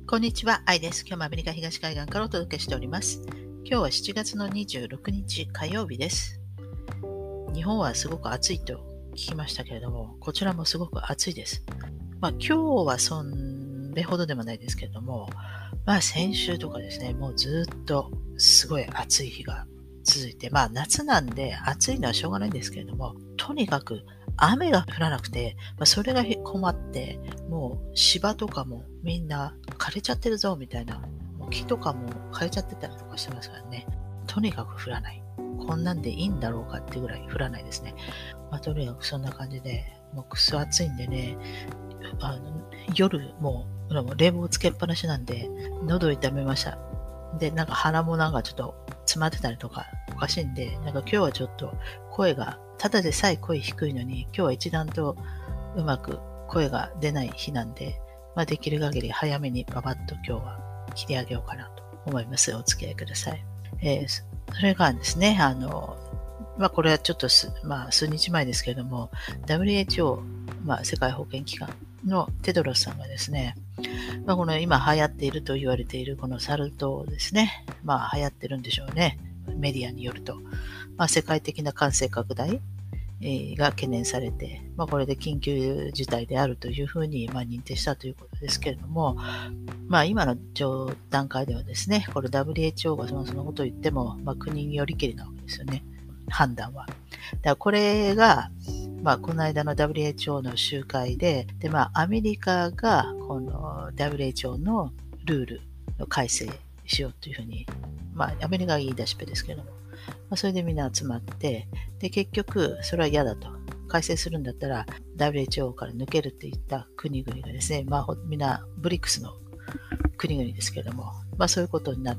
こんにちは、アイです。今日もアメリカ東海岸からお届けしております。今日は7月の26日火曜日です。日本はすごく暑いと聞きましたけれども、こちらもすごく暑いです。今日はそれほどでもないですけれども、先週とかですね、もうずっとすごい暑い日が続いて、夏なんで暑いのはしょうがないんですけれども、とにかく雨が降らなくて、それが困って、もう芝とかもみんな枯れちゃってるぞみたいな、もう木とかも枯れちゃってたりとかしてますからね。とにかく降らない。こんなんでいいんだろうかってぐらい降らないですね。とにかくそんな感じで、もうくそ暑いんでね、夜もう冷房つけっぱなしなんで、喉痛めました。で、鼻もちょっと詰まってたりとかおかしいんで、今日はちょっと声が、ただでさえ声低いのに、今日は一段とうまく声が出ない日なんで、できる限り早めにパパッと今日は切り上げようかなと思います。お付き合いください。それからですね、これはちょっと数日前ですけれども、WHO、世界保健機関のテドロスさんがですね、この今流行っていると言われているこのサル痘ですね、流行ってるんでしょうね。メディアによると。世界的な感染拡大が懸念されて、これで緊急事態であるというふうに認定したということですけれども、今の段階ではですね、これ WHO がそのことを言っても、国によりきりなわけですよね、判断は。だからこれが、この間の WHO の集会で、アメリカがこの WHO のルールの改正しようというふうに、アメリカが言い出しっぺですけども、それでみんな集まって、で、結局、それは嫌だと。改正するんだったら、WHO から抜けるって言った国々がですね、みんなブリックスの国々ですけれども、そういうことになって、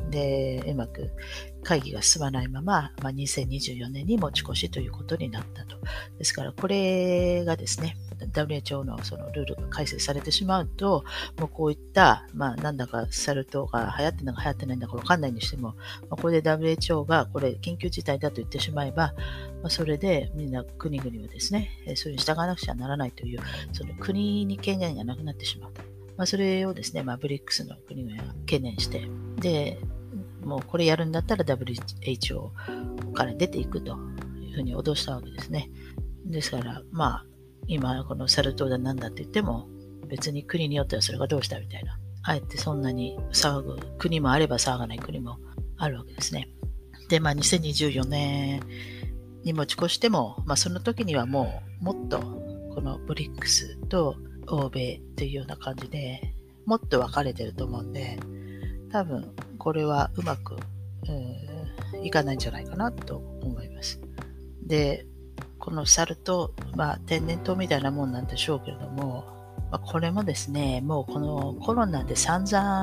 で、うまく会議が進まないまま、2024年に持ち越しということになったと。ですから、これがですね、WHO のそのルールが改正されてしまうと、もうこういった、なんだかサル痘が流行ってるのか流行ってないんだかわかんないにしても、これで WHO がこれ緊急事態だと言ってしまえば、それでみんな国々はですね、それに従わなくちゃならないという、その国に権限がなくなってしまうと。それをですね、ブリックスの国々が懸念して、で、もうこれやるんだったら WHO から出ていくというふうに脅したわけですね。ですから、今このサル痘だなんだって言っても、別に国によってはそれがどうしたみたいな、あえてそんなに騒ぐ国もあれば騒がない国もあるわけですね。で、2024年に持ち越しても、その時にはもっとこのブリックスと欧米というような感じでもっと分かれてると思うんで、多分これはうまくいかないんじゃないかなと思います。で、このサル痘、天然痘みたいなもんなんでしょうけれども、これもですね、もうこのコロナで散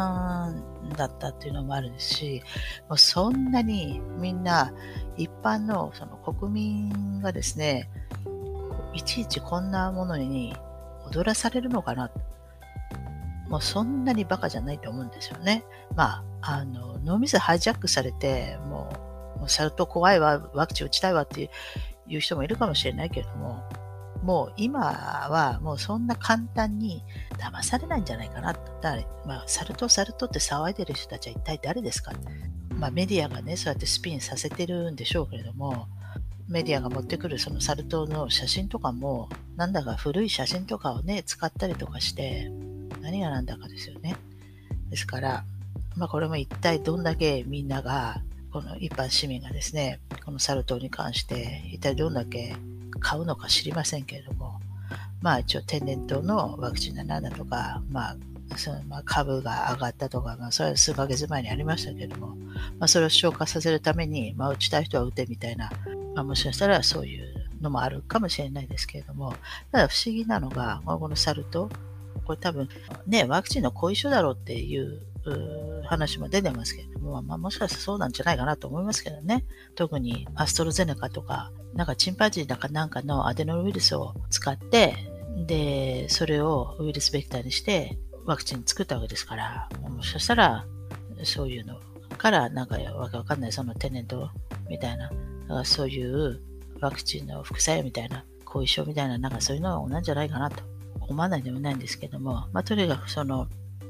々だったっていうのもあるし、もうそんなにみんな一般のその国民がですね、いちいちこんなものに踊らされるのかな。もうそんなにバカじゃないと思うんですよね。脳みそハイジャックされて、もうサル痘怖いわ、ワクチン打ちたいわっていう人もいるかもしれないけれども、もう今はもうそんな簡単に騙されないんじゃないかな。だから、サル痘って騒いでる人たちは一体誰ですか。メディアがね、そうやってスピンさせてるんでしょうけれども、メディアが持ってくるそのサル痘の写真とかも、なんだか古い写真とかをね、使ったりとかして、何がなんだかですよね。ですから、これも一体どんだけみんなが、この一般市民がですね、このサル痘に関して一体どんだけ買うのか知りませんけれども、一応天然痘のワクチンだなんだとか、株が上がったとか、それは数ヶ月前にありましたけれども、それを消化させるために、打ちたい人は打てみたいな、もしかしたらそういうのもあるかもしれないですけれども、ただ不思議なのが、このサル痘、これ多分ね、ワクチンの後遺症だろうっていう話も出てますけれども、もしかしたらそうなんじゃないかなと思いますけどね。特にアストロゼネカとか、チンパンジーなんかのアデノウイルスを使って、で、それをウイルスベクターにしてワクチン作ったわけですから、もしかしたらそういうのからわけわかんないその天然痘みたいな、そういうワクチンの副作用みたいな、後遺症みたいな、そういうのが同じじゃないかなと思わないでもないんですけども、とにかくその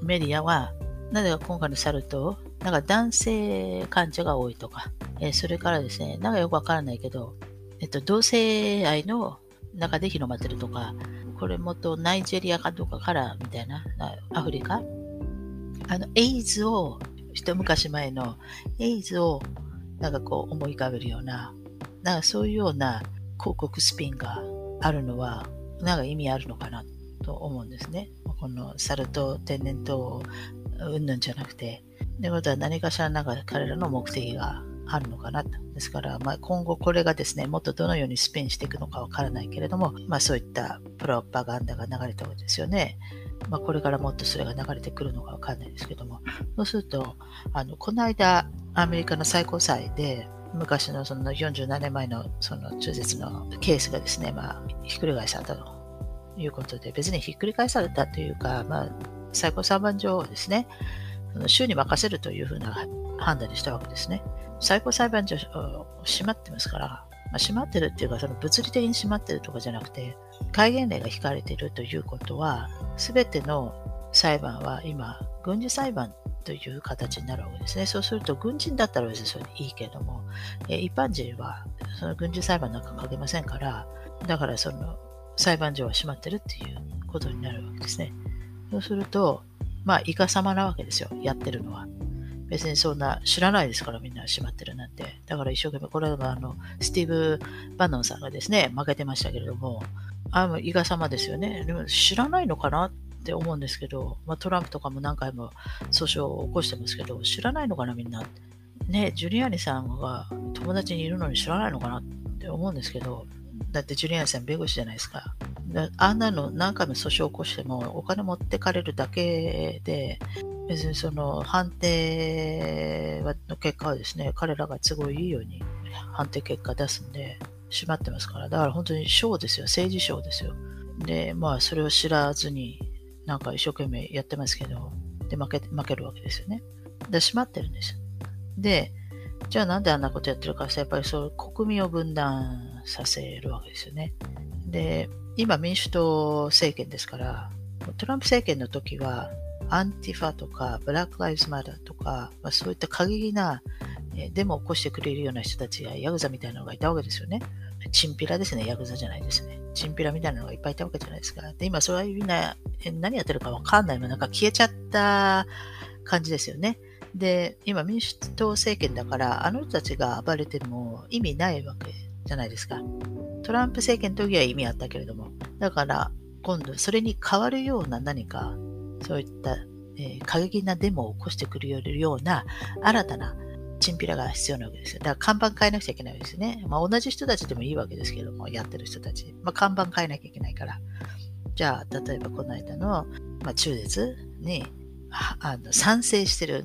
メディアは、なぜか今回のサル痘、なんか男性患者が多いとか、それからですね、なんかよくわからないけど、同性愛の中で広まってるとか、これもとナイジェリアかどうかからみたいな、アフリカ、エイズを、一昔前のエイズをなんかこう思い浮かべるような、なんかそういうような広告スピンがあるのは、なんか意味あるのかなと思うんですね。このサル痘、天然痘、うんぬんじゃなくて。ということは何かしらなんか彼らの目的があるのかなと。ですから、今後これがですね、もっとどのようにスピンしていくのかわからないけれども、そういったプロパガンダが流れたわけですよね。これからもっとそれが流れてくるのかわかんないですけども、そうすると、この間、アメリカの最高裁で、昔のその47年前のその中絶のケースがですね、ひっくり返されたということで、別にひっくり返されたというか、最高裁判所をですね、州に任せるというふうな判断にしたわけですね。最高裁判所閉まってますから、閉まってるっていうか、その物理的に閉まってるとかじゃなくて、戒厳令が引かれているということは、すべての裁判は今、軍事裁判という形になるわけですね。そうすると、軍人だったら別にそれでいいけれども、一般人はその軍事裁判なんかかけませんから、だからその裁判所は閉まってるっていうことになるわけですね。そうすると、イカサマなわけですよ、やってるのは。別にそんな知らないですからみんな閉まってるなんて。だから一生懸命、これはスティーブ・バノンさんがですね、負けてましたけれども、イカサマですよね。でも知らないのかなって思うんですけど、トランプとかも何回も訴訟を起こしてますけど、知らないのかなみんな。ね、ジュリアーニさんが友達にいるのに知らないのかなって思うんですけど、だってジュリアーニさん弁護士じゃないですか。あんなの何回も訴訟を起こしてもお金持ってかれるだけで、別にその判定の結果はですね、彼らが都合いいように判定結果出すんで、閉まってますから。だから本当にショーですよ。政治ショーですよ。で、それを知らずになんか一生懸命やってますけど、で、負けるわけですよね。で、閉まってるんですよ。で、じゃあなんであんなことやってるかってやっぱりそう国民を分断させるわけですよね。で、今民主党政権ですから、トランプ政権の時はアンティファとかブラック・ライブズ・マターとか、そういった過激なデモを起こしてくれるような人たちやヤクザみたいなのがいたわけですよね。チンピラですね、ヤクザじゃないですね。チンピラみたいなのがいっぱいいたわけじゃないですか。で、今それはみんな何やってるかわかんないのなんか消えちゃった感じですよね。で、今民主党政権だから、あの人たちが暴れても意味ないわけじゃないですか。トランプ政権の時は意味あったけれども、だから今度それに変わるような何か、そういった、過激なデモを起こしてくるような新たなチンピラが必要なわけですよ。だから看板変えなくちゃいけないわけですね。同じ人たちでもいいわけですけども、やってる人たち。看板変えなきゃいけないから。じゃあ、例えばこの間の、中絶に賛成してる、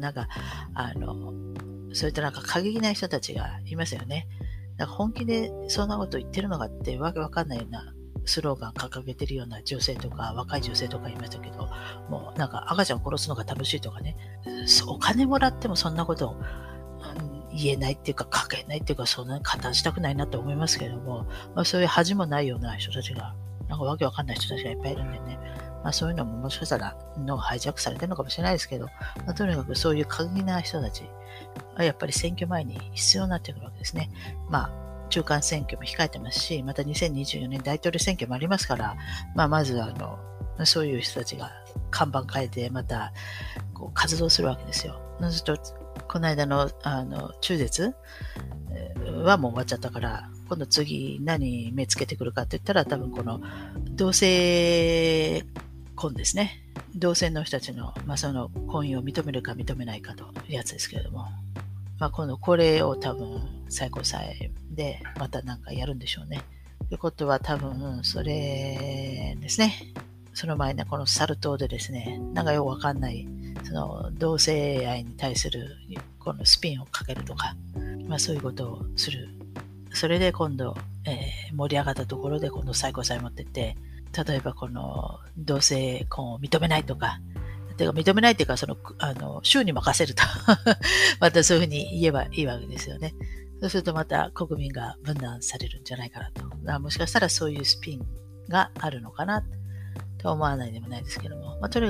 そういった過激な人たちがいますよね。だから本気でそんなこと言ってるのかってわけわかんないようなスローガン掲げてるような女性とか若い女性とかいましたけど、もう赤ちゃん殺すのが楽しいとかね、お金もらってもそんなことを言えないっていうか書けないっていうか、そんな加担したくないなと思いますけれども、そういう恥もないような人たちが、わけわかんない人たちがいっぱいいるんでね、そういうのももしかしたらハイジャックされてるのかもしれないですけど、とにかくそういう過激な人たちはやっぱり選挙前に必要になってくるわけですね。中間選挙も控えてますし、また2024年大統領選挙もありますから、まずはそういう人たちが看板変えてまたこう活動するわけですよ。そうするとこの間の中絶はもう終わっちゃったから、今度次何目つけてくるかって言ったら、多分この同性婚ですね。同性の人たちの、その婚姻を認めるか認めないかというやつですけれども、今度これを多分最高裁でまたなんかやるんでしょうね。ということは多分それですね。その前ね、このサル痘でですね、よくわかんない、その同性愛に対するこのスピンをかけるとか、そういうことをする。それで今度、盛り上がったところで今度最高裁持ってって、例えばこの同性婚を認めないとか、認めないというか、州に任せると。またそういうふうに言えばいいわけですよね。そうするとまた国民が分断されるんじゃないかなと。もしかしたらそういうスピンがあるのかなと思わないでもないですけども。とにかく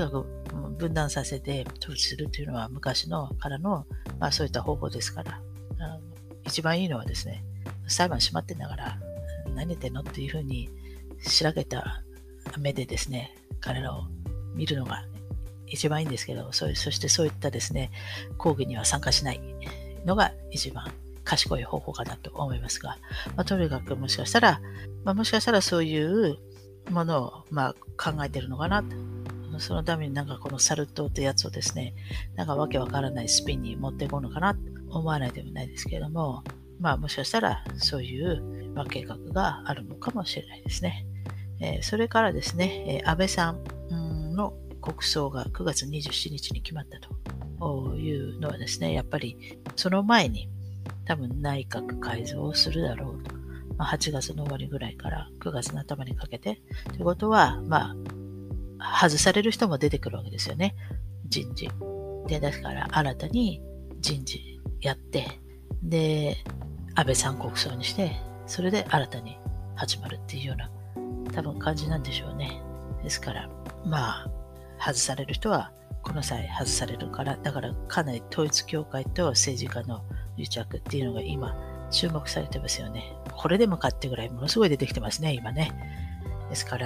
分断させて統治するというのは昔のからの、そういった方法ですから、一番いいのはですね、裁判閉まってんだから何言ってんのっていうふうにしらけた目でですね、彼らを見るのが一番いいんですけど、そしてそういったですね、抗議には参加しないのが一番賢い方法かなと思いますが、とにかくもしかしたらそういうものを考えてるのかなと。そのためにこのサル痘ってやつをですね、わけわからないスピンに持っていこうのかなと思わないでもないですけれども、もしかしたらそういう、計画があるのかもしれないですね。それからですね、安倍さんの国葬が9月27日に決まったというのはですね、やっぱりその前に多分内閣改造をするだろうと。8月の終わりぐらいから9月の頭にかけて。ということは、外される人も出てくるわけですよね。人事。で、だから新たに人事やって、で、安倍さん国葬にして、それで新たに始まるっていうような多分感じなんでしょうね。ですから、外される人はこの際外されるから、だからかなり統一教会と政治家の癒着っていうのが今注目されてますよね。これでもかってぐらいものすごい出てきてますね、今ね。ですから、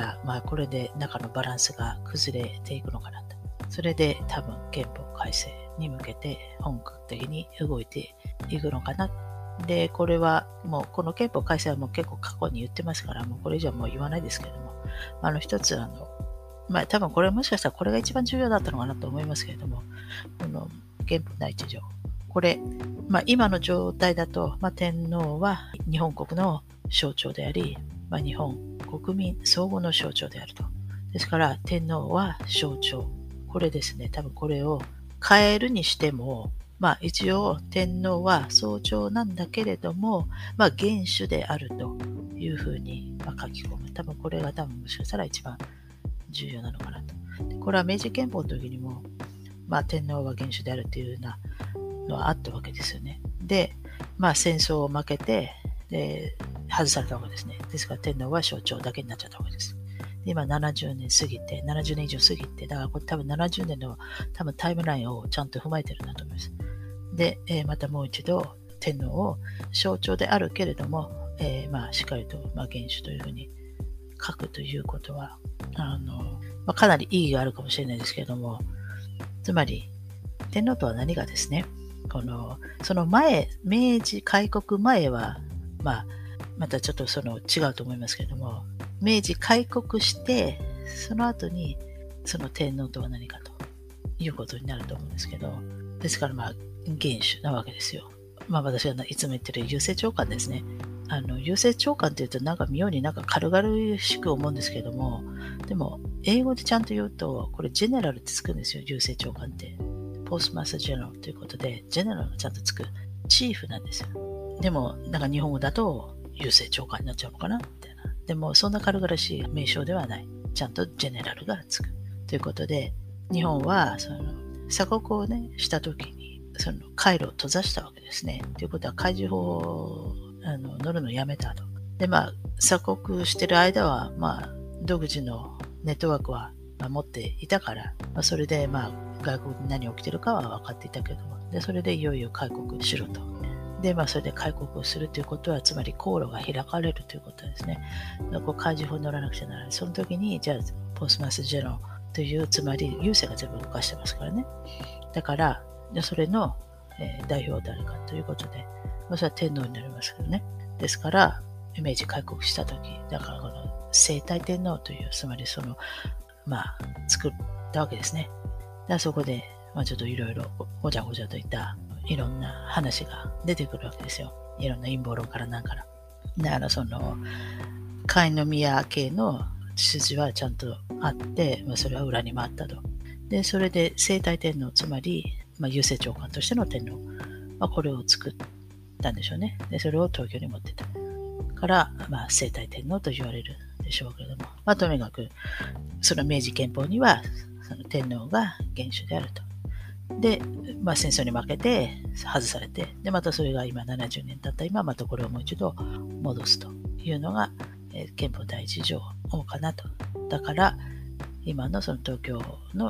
これで中のバランスが崩れていくのかなと。それで多分憲法改正に向けて本格的に動いていくのかな。で、これはもうこの憲法改正はもう結構過去に言ってますから、もうこれ以上もう言わないですけれども、一つ多分これもしかしたらこれが一番重要だったのかなと思いますけれども、この憲法第一条。これ、今の状態だと、天皇は日本国の象徴であり、日本国民相互の象徴であると。ですから天皇は象徴。これですね、多分これを変えるにしても、一応天皇は象徴なんだけれども、元首であるというふうに書き込む。多分これがもしかしたら一番重要なのかなと。これは明治憲法の時にも、天皇は元首であるというようなのはあったわけですよね。で、戦争を負けて、で、外されたわけですね。ですから天皇は象徴だけになっちゃったわけです。で今70年過ぎて、70年以上過ぎて、だからこれ多分70年のタイムラインをちゃんと踏まえてるんだと思います。で、またもう一度天皇を象徴であるけれども、しっかりと、元首というふうに書くということは、かなり意義があるかもしれないですけれども、つまり天皇とは何がですね、その前、明治開国前は、またちょっと違うと思いますけれども、明治開国して、その後にその天皇とは何かということになると思うんですけど、ですから元首なわけですよ。私がいつも言ってる郵政長官ですね。郵政長官っていうと妙に軽々しく思うんですけども、でも英語でちゃんと言うと、これジェネラルってつくんですよ、郵政長官って。ポストマスタージェネラルということで、ジェネラルがちゃんとつく。チーフなんですよ。でも、日本語だと郵政長官になっちゃうのかなみたいな。でも、そんな軽々しい名称ではない。ちゃんとジェネラルがつく。ということで、日本は、鎖国をね、したときに、回路を閉ざしたわけですね。ということは、海事法を乗るのをやめたと。で、鎖国してる間は、独自のネットワークは持っていたから、それで、外国に何起きてるかは分かっていたけども、で、それでいよいよ開国しろと。で、それで開国をするということは、つまり航路が開かれるということですね。海事法に乗らなくちゃならない。その時に、じゃあ、ポストマスジェノという、つまり、郵政が全部動かしてますからね。だから、それの、代表は誰かということで、それは天皇になりますけどね。ですから、明治開国した時、だからこの聖体天皇という、つまり作ったわけですね。そこで、ちょっといろいろごちゃごちゃといったいろんな話が出てくるわけですよ。いろんな陰謀論からなんから。だから海宮系の筋はちゃんとあって、それは裏に回ったと。で、それで聖体天皇、つまり、郵政長官としての天皇、これを作ったんでしょうね。で、それを東京に持ってた。から、聖体天皇と言われるでしょうけれども、とにかく、その明治憲法には、その天皇が元首であると。で、戦争に負けて外されて、で、またそれが今70年経った今、またこれをもう一度戻すというのが、憲法第一条かなと。だから、今のその東京の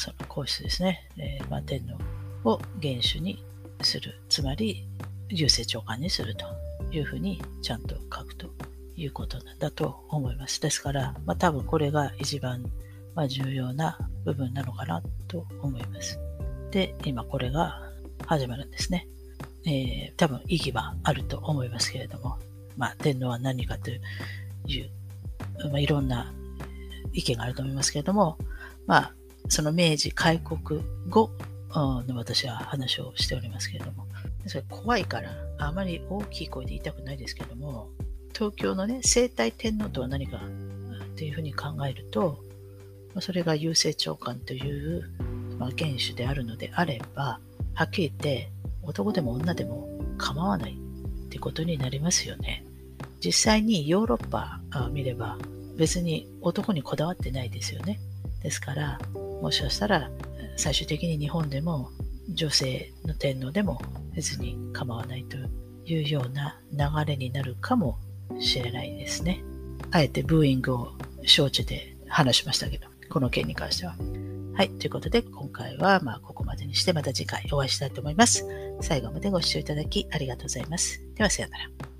その皇室ですね、天皇を元首にする、つまり郵政長官にするというふうにちゃんと書くということなんだと思います。ですから、多分これが一番重要な部分なのかなと思います。で、今これが始まるんですね。多分意義はあると思いますけれども、天皇は何かという、いろんな意見があると思いますけれども、その明治開国後の私は話をしておりますけれども、それ怖いからあまり大きい声で言いたくないですけれども、東京のね、清代天皇とは何かっていうふうに考えると、それが郵政長官という、元首であるのであれば、はっきり言って男でも女でも構わないってことになりますよね。実際にヨーロッパを見れば別に男にこだわってないですよね。ですからもしかしたら最終的に日本でも女性の天皇でも別に構わないというような流れになるかもしれないですね。あえてブーイングを承知で話しましたけど、この件に関しては。はい、ということで今回はここまでにして、また次回お会いしたいと思います。最後までご視聴いただきありがとうございます。ではさようなら。